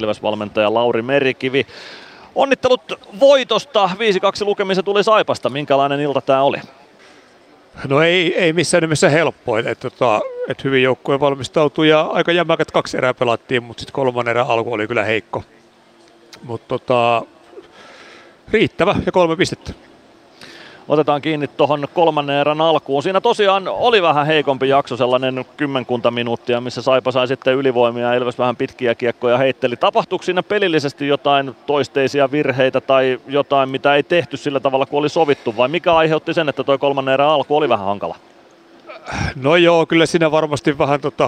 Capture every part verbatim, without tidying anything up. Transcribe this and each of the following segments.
Ilves-valmentaja Lauri Merikivi. Onnittelut voitosta, viisi kaksi lukemissa tuli Saipasta. Minkälainen ilta tämä oli? No ei, ei missään nimessä helppoa, että et, tota, et hyvin joukkue valmistautui ja aika jämäkät kaksi erää pelattiin, mutta sitten kolmannen erän alku oli kyllä heikko. Mutta tota, riittävä ja kolme pistettä. Otetaan kiinni tuohon kolmannen erän alkuun. Siinä tosiaan oli vähän heikompi jakso, sellainen kymmenkunta minuuttia, missä Saipa sai sitten ylivoimia ja Ilves vähän pitkiä kiekkoja heitteli. Tapahtuiko siinä pelillisesti jotain toisteisia virheitä tai jotain, mitä ei tehty sillä tavalla kuin oli sovittu, vai mikä aiheutti sen, että tuo kolmannen erän alku oli vähän hankala? No joo, kyllä siinä varmasti vähän tota,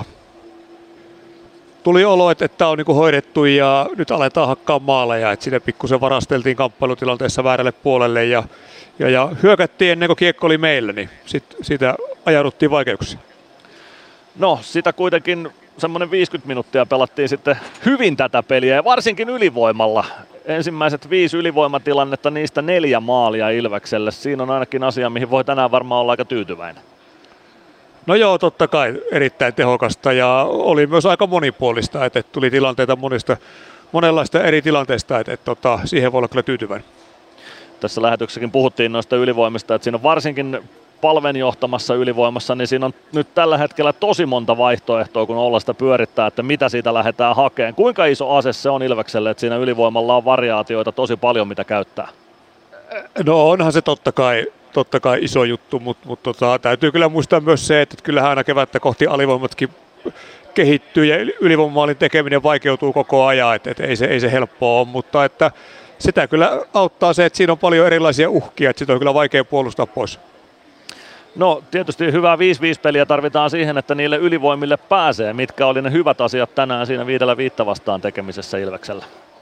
tuli olo, että tämä on niinku hoidettu ja nyt aletaan hakkaa maaleja, että siinä pikkusen varasteltiin kamppailutilanteessa väärälle puolelle ja Ja, ja hyökättiin ennen kuin kiekko oli meillä, niin sit, siitä ajauduttiin vaikeuksiin. No, sitä kuitenkin semmoinen viisikymmentä minuuttia pelattiin sitten hyvin tätä peliä ja varsinkin ylivoimalla. Ensimmäiset viisi ylivoimatilannetta, niistä neljä maalia Ilvekselle. Siinä on ainakin asia, mihin voi tänään varmaan olla aika tyytyväinen. No joo, totta kai erittäin tehokasta ja oli myös aika monipuolista, että, että tuli tilanteita monista, monenlaista eri tilanteista, että, että, että siihen voi olla kyllä tyytyväinen. Tässä lähetyksessäkin puhuttiin noista ylivoimista, että siinä on varsinkin palven johtamassa ylivoimassa, niin siinä on nyt tällä hetkellä tosi monta vaihtoehtoa, kun Ollasta pyörittää, että mitä siitä lähdetään hakemaan. Kuinka iso ase se on Ilvekselle, että siinä ylivoimalla on variaatioita tosi paljon, mitä käyttää? No onhan se totta kai, totta kai iso juttu, mutta, mutta tota, täytyy kyllä muistaa myös se, että kyllähän aina kevättä kohti alivoimatkin kehittyy ja ylivoimamaalin tekeminen vaikeutuu koko ajan, että, että ei, se, ei se helppoa ole, mutta että sitä kyllä auttaa se, että siinä on paljon erilaisia uhkia, että sitä on kyllä vaikea puolustaa pois. No tietysti hyvää viisi viisi peliä tarvitaan siihen, että niille ylivoimille pääsee. Mitkä oli ne hyvät asiat tänään siinä viidellä viittä vastaan tekemisessä Ilveksellä?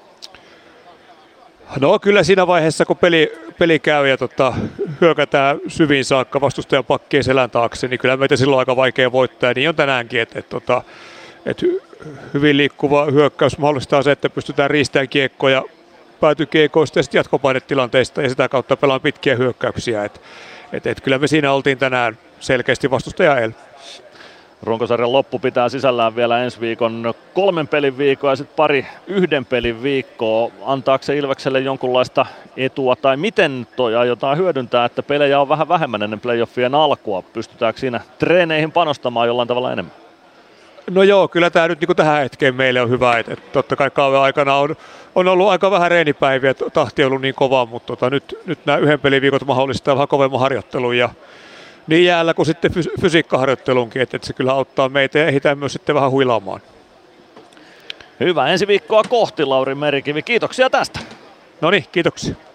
No kyllä siinä vaiheessa, kun peli, peli käy ja tota, hyökätään syviin saakka vastustajan pakkien selän taakse, niin kyllä meitä silloin aika vaikea voittaa. Ja niin on tänäänkin, että et, tota, et hyvin liikkuva hyökkäys mahdollistaa se, että pystytään riistämään kiekkoja päätykiekoista ja sitten jatkopainetilanteista ja sitä kautta pelaan pitkiä hyökkäyksiä. Et, et, et kyllä me siinä oltiin tänään selkeästi vastustaja el. Runkosarjan loppu pitää sisällään vielä ensi viikon kolmen pelin viikkoa ja sitten pari yhden pelin viikkoa. Antaako se Ilvekselle jonkunlaista etua tai miten toi aiotaan hyödyntää, että pelejä on vähän vähemmän ennen playoffien alkua? Pystytäänkö siinä treeneihin panostamaan jollain tavalla enemmän? No joo, kyllä tämä nyt niin tähän hetkeen meille on hyvä, että, että totta kai kauden aikana on, on ollut aika vähän reenipäiviä, tahti on ollut niin kova, mutta tota, nyt, nyt nämä yhden pelin viikot mahdollistaa vähän kovemman harjoittelun ja niin jäällä kuin sitten fys- fysiikkaharjoittelunkin, että, että se kyllä auttaa meitä ja ehditään myös sitten vähän huilaamaan. Hyvä ensi viikkoa kohti, Lauri Merikivi. Kiitoksia tästä. No niin, kiitoksia.